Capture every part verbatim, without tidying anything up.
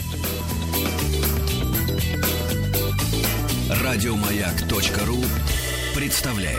Радиомаяк.ру представляет.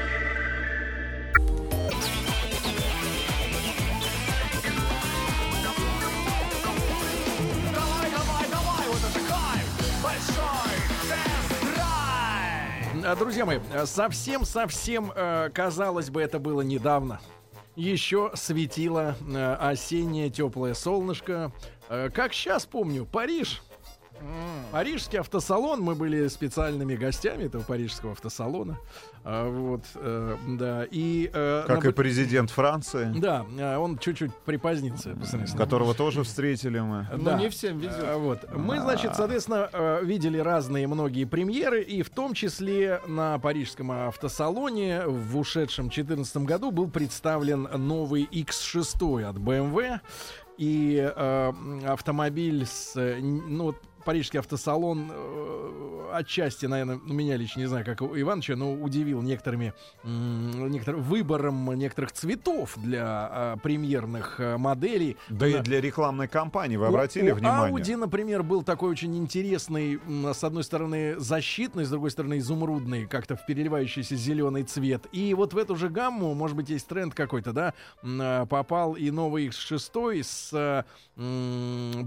Друзья мои, совсем-совсем, казалось бы, это было недавно. Еще светило осеннее теплое солнышко. Как сейчас помню, Париж. Парижский автосалон. Мы были специальными гостями этого парижского автосалона. А, вот, э, да. И, э, как на... и президент Франции. Да, он чуть-чуть припозднился. Которого тоже встретили мы. Да. Ну, не всем везет. А, вот. Мы, значит, соответственно, видели разные многие премьеры, и в том числе на парижском автосалоне в ушедшем две тысячи четырнадцатом году был представлен новый икс шесть от бэ эм вэ. И э, автомобиль с... Ну, парижский автосалон э, отчасти, наверное, у меня лично, не знаю, как у Ивановича, но удивил некоторыми, м- некоторым выбором некоторых цветов для э, премьерных э, моделей. Да, да и для рекламной кампании, вы обратили у, внимание? У Audi, например, был такой очень интересный, с одной стороны защитный, с другой стороны изумрудный, как-то в переливающийся зеленый цвет. И вот в эту же гамму, может быть, есть тренд какой-то, да, попал и новый икс шесть с м-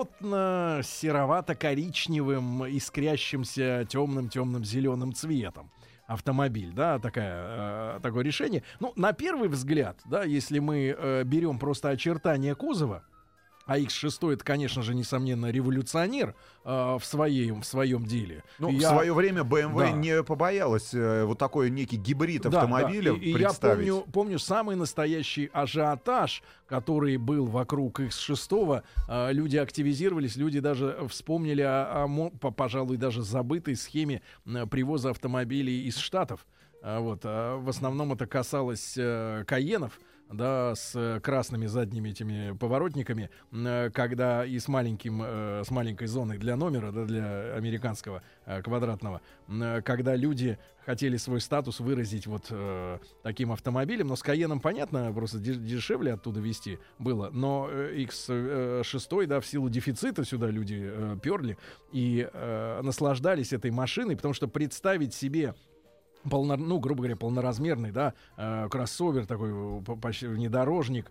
болотно-серовато-коричневым, искрящимся темным-темным зеленым цветом. Автомобиль, да, такая, э, такое решение. Ну, на первый взгляд, да, если мы э, берем просто очертания кузова, а икс шесть это, конечно же, несомненно, революционер э, в, своей, в своем деле. Ну, я... В свое время бэ эм вэ да. не побоялась э, вот такой некий гибрид да, автомобиля да. И, и представить. я помню, помню самый настоящий ажиотаж, который был вокруг икс шесть. Э, люди активизировались, люди даже вспомнили о, о, о, пожалуй, даже забытой схеме э, привоза автомобилей из Штатов. Э, вот, э, в основном это касалось э, Кайенов, да, с красными задними этими поворотниками, когда и с маленьким, с маленькой зоной для номера, да, для американского квадратного, когда люди хотели свой статус выразить вот э, таким автомобилем, но с Кайеном, понятно, просто дешевле оттуда везти было, но икс шесть, да, в силу дефицита сюда люди э, перли и э, наслаждались этой машиной, потому что представить себе Полно, ну, грубо говоря, полноразмерный, да, э, кроссовер такой, почти внедорожник,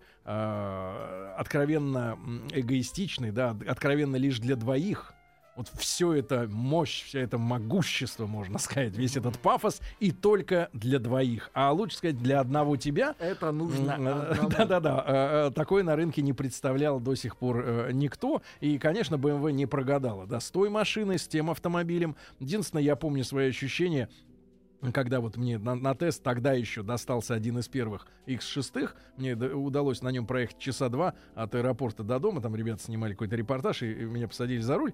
э, откровенно эгоистичный, да, откровенно лишь для двоих. Вот все это мощь, все это могущество, можно сказать, весь этот пафос, и только для двоих. А лучше сказать, для одного тебя. Это нужно. Да-да-да. Такой на рынке не представлял до сих пор никто. И, конечно, бэ эм вэ не прогадала. Да, с той машиной, с тем автомобилем. Единственное, я помню свои ощущения, когда вот мне на, на тест тогда еще достался один из первых икс шесть, мне д- удалось на нем проехать часа два от аэропорта до дома, там ребята снимали какой-то репортаж, и, и меня посадили за руль,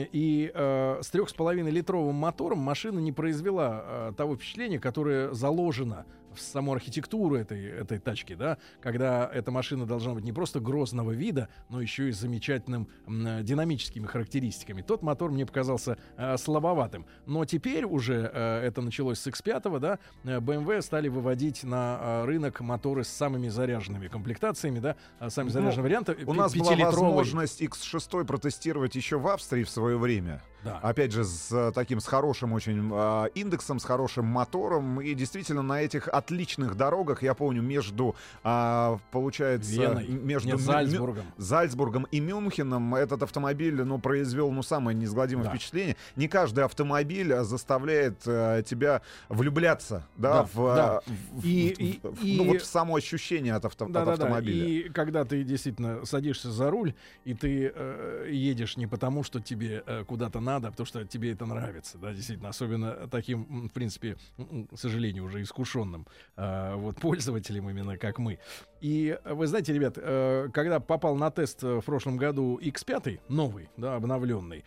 и э, с трех с половиной литровым мотором машина не произвела э, того впечатления, которое заложено в саму архитектуру этой, этой тачки, да, когда эта машина должна быть не просто грозного вида, но еще и с замечательным м, динамическими характеристиками. Тот мотор мне показался э, слабоватым. Но теперь уже э, это началось с икс пять, да, бэ эм вэ стали выводить на э, рынок моторы с самыми заряженными комплектациями, да, самые заряженные ну, варианты. У нас была возможность икс шесть протестировать еще в Австрии в свое время. Да. Опять же, с таким, с хорошим очень э, индексом, с хорошим мотором. И действительно на этих отличных дорогах, я помню, между, э, получается, Веной. между Нет, Зальцбургом. Мю- Зальцбургом и Мюнхеном этот автомобиль, ну, произвел, ну, самое неизгладимое да. впечатление. Не каждый автомобиль заставляет э, тебя влюбляться, да, да, в, да. в, и, в, и, в, и, ну, вот в само ощущение от, авто, да, от да, автомобиля. Да. И когда ты действительно садишься за руль, и ты э, едешь не потому, что тебе э, куда-то надо, а потому что тебе это нравится, да, действительно, особенно таким, в принципе, к сожалению, уже искушенным э, вот, пользователям именно как мы. И вы знаете, ребят, э, когда попал на тест в прошлом году икс пять, новый, да, обновленный,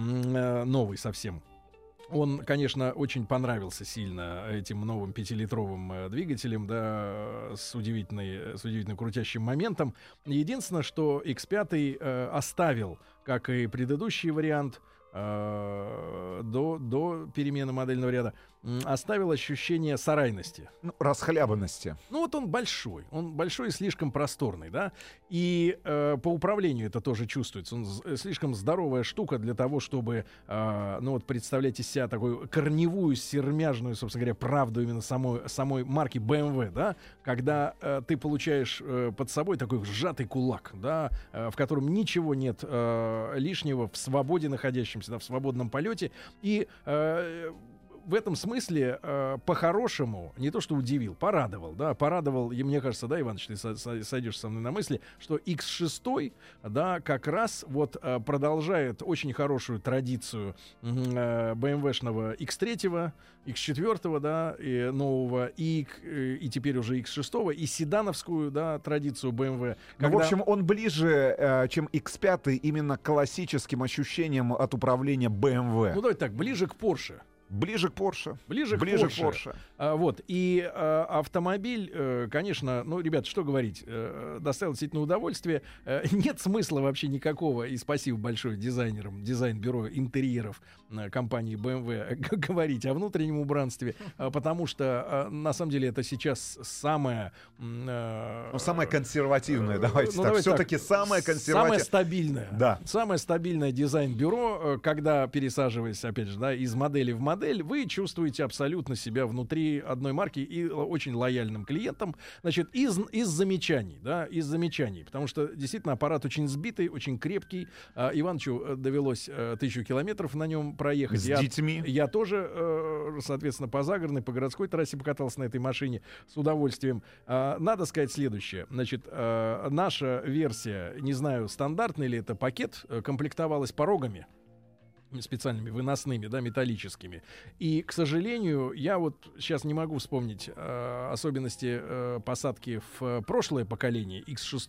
э, новый совсем, он, конечно, очень понравился сильно этим новым пятилитровым э, двигателем, да, с удивительной, с удивительно крутящим моментом. Единственное, что икс пять э, оставил, как и предыдущий вариант, э, до, до перемены модельного ряда, м, оставил ощущение сарайности. Ну, расхлябанности. Ну вот он большой, он большой и слишком просторный, да, и э, по управлению это тоже чувствуется. Он з- слишком здоровая штука для того, чтобы, э, ну вот представлять из себя такую корневую, сермяжную, собственно говоря, правду именно самой, самой марки бэ эм вэ, да, когда э, ты получаешь э, под собой такой сжатый кулак, да, э, в котором ничего нет э, лишнего, в свободе находящемся, да, в свободном полете, и э, в этом смысле, э, по-хорошему, не то что удивил, порадовал, да, порадовал, и мне кажется, да, Иваныч, ты со- со- сойдешь со мной на мысли, что икс шесть, да, как раз вот э, продолжает очень хорошую традицию э, бэ эм вэ-шного икс три, икс четыре, да, и нового, и, и теперь уже икс шесть, и седановскую, да, традицию бэ эм вэ. Ну, в общем, он ближе, э, чем икс пять, именно к классическим ощущениям от управления бэ эм вэ. Ну, давайте так, ближе к Porsche. Ближе к Porsche. Ближе, Ближе к Porsche. к Porsche. А, вот. И а, автомобиль, э, конечно, ну, ребят, что говорить, э, доставил действительно удовольствие. Э, нет смысла вообще никакого, и спасибо большое дизайнерам, дизайн-бюро интерьеров э, компании бэ эм вэ, говорить о внутреннем убранстве, э, потому что, э, на самом деле, это сейчас самое... Э, ну, самое консервативное, давайте ну, так. давайте Все-таки так, самое консервативное. Самое стабильное. Да. Самое стабильное дизайн-бюро, э, когда, пересаживаясь, опять же, да, из модели в модель, вы чувствуете абсолютно себя внутри одной марки и очень лояльным клиентам. Значит, из, из замечаний, да, из замечаний, потому что действительно аппарат очень сбитый, очень крепкий. А, Иванычу довелось а, тысячу километров на нем проехать. С я, детьми. Я тоже, а, соответственно, по загородной, по городской трассе покатался на этой машине с удовольствием. А, надо сказать следующее. Значит, а, наша версия, не знаю, стандартный ли это пакет, комплектовалась порогами специальными выносными, да, металлическими. И, к сожалению, я вот сейчас не могу вспомнить э, особенности э, посадки в прошлое поколение икс шесть,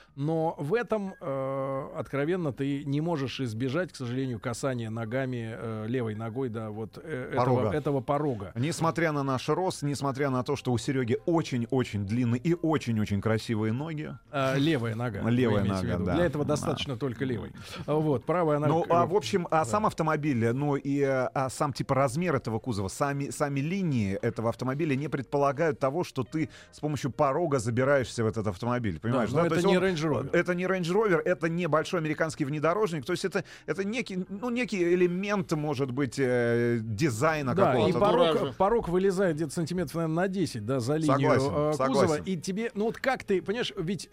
но в этом э, откровенно ты не можешь избежать, к сожалению, касания ногами, э, левой ногой, да, вот э, порога. Этого, этого порога. Несмотря на наш рост, несмотря на то, что у Сереги очень-очень длинные и очень-очень красивые ноги. А, левая нога. Левая нога, да. Для этого достаточно да. только левой. Вот, правая нога. Ну, а в общем, а да. сам автомобиль, ну и а сам типа размер этого кузова, сами, сами линии этого автомобиля не предполагают того, что ты с помощью порога забираешься в этот автомобиль. Понимаешь? Да, но да? это не он, Range Rover. Это не Range Rover, это не большой американский внедорожник. То есть это, это некий, ну, некий элемент, может быть, э, дизайна да, какого-то. И порог, порог вылезает где-то сантиметров, наверное, на десять, да, за линию согласен, э, кузова. согласен. И тебе, ну вот как ты, понимаешь, ведь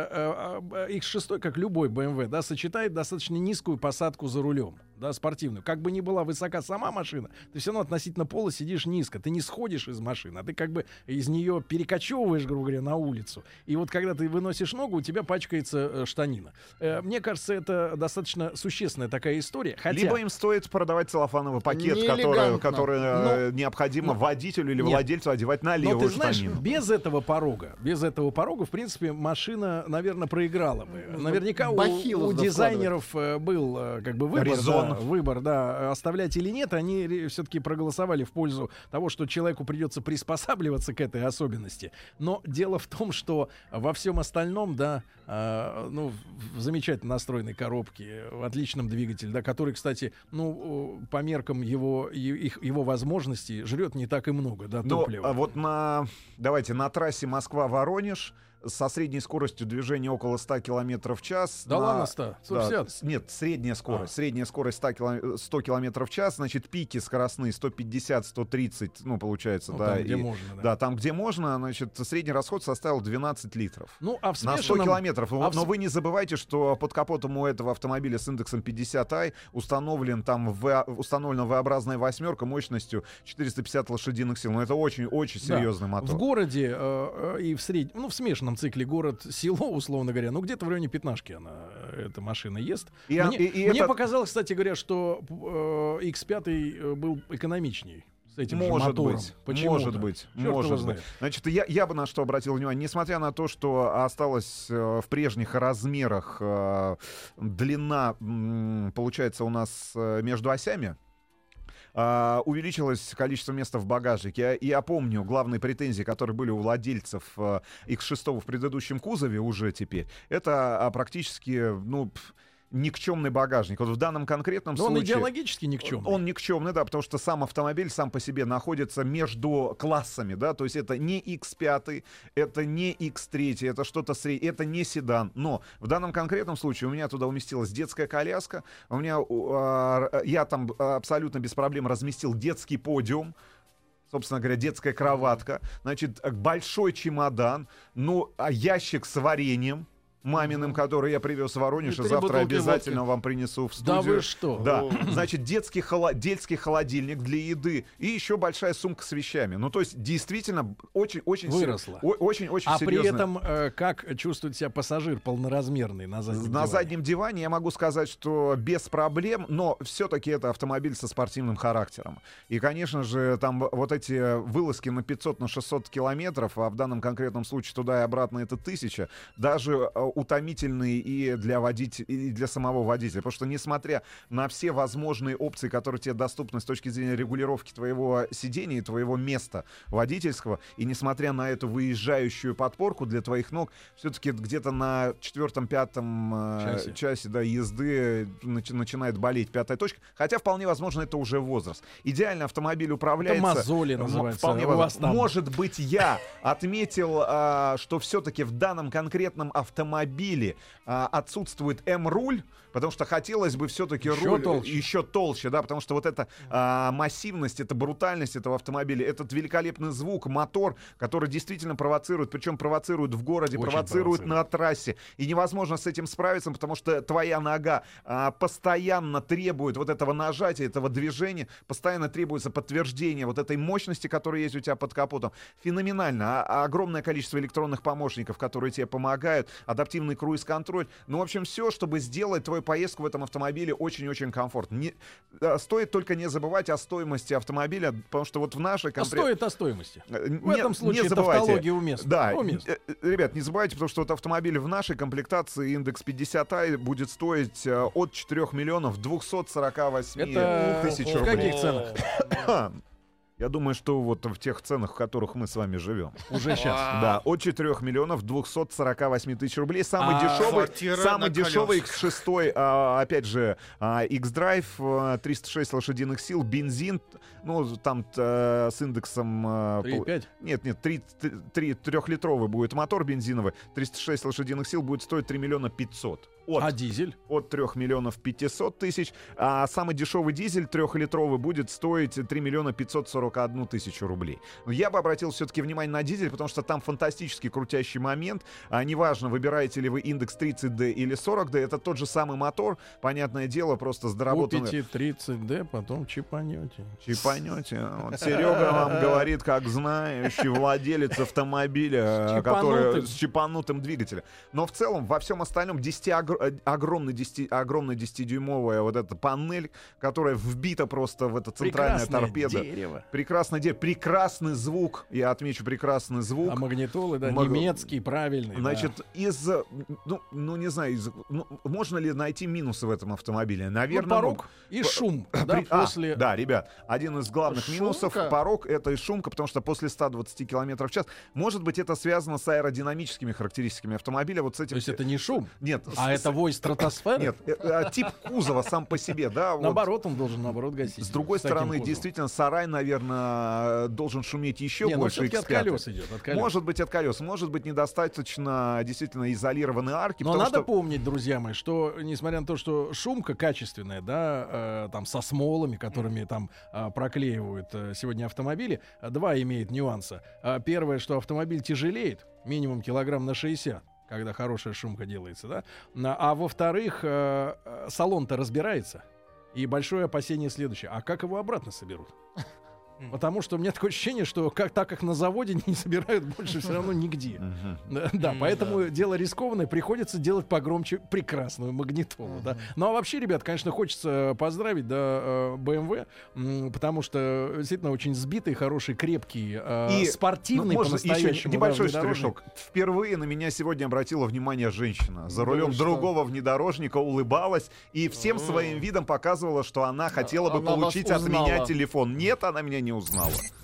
э, э, икс шесть, как любой бэ эм вэ, да, сочетает достаточно низкую посадку за рулем, да, спортивную. Как бы ни была высока сама машина, ты все равно относительно пола сидишь низко. Ты не сходишь из машины, а ты как бы из нее перекочевываешь, грубо говоря, на улицу. И вот когда ты выносишь ногу, у тебя пачкается э, штанина. Э, мне кажется, это достаточно существенная такая история. Хотя... Либо им стоит продавать целлофановый пакет, который, который э, ну, необходимо ну, водителю или нет. владельцу одевать на левую Но ты знаешь, штанину. без этого порога, без этого порога, в принципе, машина, наверное, проиграла бы. Наверняка у, у дизайнеров э, был э, как бы выбор, да, выбор, да, оставлять или нет. Они все-таки проголосовали в пользу того, что человеку придется приспосабливаться к этой особенности. Но дело в том, что во всем остальном, да, э, ну, в замечательно настроенной коробке, в отличном двигателе, да, который, кстати, ну, по меркам его, их, его возможностей жрет не так и много, да, топлива. Но, а вот на, давайте, на трассе Москва-Воронеж со средней скоростью движения около ста километров в час. Да на... ладно, сто? сто пятьдесят? Да, нет, средняя скорость. А. Средняя скорость сто километров в час. Значит, пики скоростные сто пятьдесят - сто тридцать, ну, получается, ну, да. Там, где и, можно, да. Да, там, где можно, значит, средний расход составил двенадцать литров. Ну, а в на смешанном... сто километров. А в... Но вы не забывайте, что под капотом у этого автомобиля с индексом пятьдесят ай установлен там в... установлена V-образная восьмерка мощностью четыреста пятьдесят лошадиных сил. Ну, это очень-очень серьезный да. мотор. В городе э, и в среднем, ну, в смешанном цикле город село, условно говоря, ну, где-то в районе пятнашки она, эта машина ест. И, мне и, и мне это... показалось, кстати говоря, что э, икс пять был экономичней. С этим может же мотором. быть, Почему-то. может быть, Черт может быть. Значит, я, я бы на что обратил внимание, несмотря на то, что осталась э, в прежних размерах э, длина, м, получается, у нас э, между осями, Uh, увеличилось количество места в багажнике. Я, я помню главные претензии, которые были у владельцев uh, икс шесть в предыдущем кузове уже теперь. Это uh, практически, ну... никчемный багажник. Вот в данном конкретном Но случае... он идеологически никчемный. Он никчемный, да, потому что сам автомобиль сам по себе находится между классами, да, то есть это не икс пять, это не икс три, это что-то среднее, это не седан. Но в данном конкретном случае у меня туда уместилась детская коляска, у меня, э, я там абсолютно без проблем разместил детский подиум, собственно говоря, детская кроватка, значит, большой чемодан, ну, а ящик с вареньем маминым, который я привез в Воронеж, и, и завтра обязательно водки. Вам принесу в студию. Да вы что? Да. Значит, детский, холо... детский холодильник для еды и еще большая сумка с вещами. Ну, то есть, действительно, очень-очень выросла. Очень-очень а серьезно. при этом, э, как чувствует себя пассажир полноразмерный на заднем на диване? заднем диване я могу сказать, что без проблем, но все-таки это автомобиль со спортивным характером. И, конечно же, там вот эти вылазки на пятьсот, на шестьсот километров, а в данном конкретном случае туда и обратно это тысяча, даже утомительный и для водителя, и для самого водителя. Потому что, несмотря на все возможные опции, которые тебе доступны с точки зрения регулировки твоего сидения и твоего места водительского, и несмотря на эту выезжающую подпорку для твоих ног, все-таки где-то на четвертом-пятом часе, часе да, езды начи- начинает болеть пятая точка. Хотя, вполне возможно, это уже возраст. Идеально автомобиль управляется... Это мозоли называется. Вполне возможно. Может быть, я отметил, а, что все-таки в данном конкретном автомобиле а, отсутствует М-руль, потому что хотелось бы все-таки еще руль толще. еще толще, да, потому что вот эта а, массивность, эта брутальность этого автомобиля, этот великолепный звук, мотор, который действительно провоцирует, причем провоцирует в городе, Очень провоцирует провоцирует. на трассе, и невозможно с этим справиться, потому что твоя нога а, постоянно требует вот этого нажатия, этого движения, постоянно требуется подтверждение вот этой мощности, которая есть у тебя под капотом. Феноменально. А, огромное количество электронных помощников, которые тебе помогают, адаптивный круиз-контроль. Ну, в общем, все, чтобы сделать твою поездку в этом автомобиле очень-очень комфортно. Не, а, стоит только не забывать о стоимости автомобиля, потому что вот в нашей... Конкрет... А стоит о стоимости. Не, в этом случае не забывайте. тавтология уместна. Да, уместна. Ребят, не забывайте, потому что вот автомобиль в нашей комплектации индекс пятьдесят ай будет стоить э, от четырёх миллионов двухсот сорока восьми тысяч в рублей. каких ценах? Я думаю, что вот в тех ценах, в которых мы с вами живем. Уже сейчас. Да, от четырёх миллионов двухсот сорока восьми тысяч рублей. Самый А, дешевый, квартира самый на дешевый колесах. икс шесть, а, опять же, а, X-Drive, а, триста шесть лошадиных сил, бензин, ну, там а, с индексом... а, три и пять? Нет, нет, трехлитровый будет мотор бензиновый, триста шесть лошадиных сил будет стоить три миллиона пятьсот. От, А дизель? от трёх миллионов пятисот тысяч. А самый дешевый дизель трехлитровый будет стоить три миллиона пятьсот сорок одну тысячу рублей. Но я бы обратил все-таки внимание на дизель, потому что там фантастически крутящий момент. А, неважно, выбираете ли вы индекс тридцать дэ или сорок дэ, это тот же самый мотор, понятное дело, просто с доработанным... Купите тридцать дэ, потом чипанете. Чипанете. Вот Серега вам говорит, как знающий владелец автомобиля, С который чипанутым. с чипанутым двигателем. Но в целом во всем остальном десяти огромный десяти, огромная десятидюймовая вот эта панель, которая вбита просто в это центральное Прекрасное торпедо. дерево. Прекрасное дерево. Прекрасный звук. Я отмечу прекрасный звук. А магнитолы, да, Маг- немецкий, правильный. Значит, да. из... Ну, ну, не знаю, из, ну, можно ли найти минусы в этом автомобиле? Ну, Наверное, порог и По- шум. При- Да, а, после... да, ребят, один из главных Шумка. минусов порог — это и шумка, потому что после ста двадцати километров в час, может быть, это связано с аэродинамическими характеристиками автомобиля. Вот с этим... То есть это не шум, Нет. а с- это вой стратосферы? Нет, э, э, тип кузова сам по себе, да. вот. Наоборот, он должен, наоборот, гасить. С другой с таким стороны, кузовом. действительно, сарай, наверное, должен шуметь еще Не, ну больше. все-таки от икс пять. колес идет. От колес. Может быть, от колес. Может быть, недостаточно действительно изолированные арки. Но потому надо что... помнить, друзья мои, что несмотря на то, что шумка качественная, да, э, там со смолами, которыми там э, проклеивают э, сегодня автомобили, э, два имеет нюанса. Э, первое, что автомобиль тяжелеет, минимум килограмм на шестьдесят, когда хорошая шумка делается, да. На- А во-вторых, э, э, салон-то разбирается. И большое опасение следующее: а как его обратно соберут? Потому что у меня такое ощущение, что как, так как на заводе не собирают больше все равно нигде. Мгм. Да, да, М, поэтому да. дело рискованное, приходится делать погромче прекрасную магнитолу. Да. Ну а вообще, ребят, конечно, хочется поздравить, да, э, бэ эм вэ, м, потому что действительно очень сбитый, хороший, крепкий, э, И, спортивный, Ну, можно еще по-настоящему. да, небольшой внедорожник. штришок. Впервые на меня сегодня обратила внимание женщина. За Да рулем вы что? другого внедорожника улыбалась и всем О. своим видом показывала, что она хотела бы Она вас получить от узнала. меня телефон. Нет, она меня не узнала.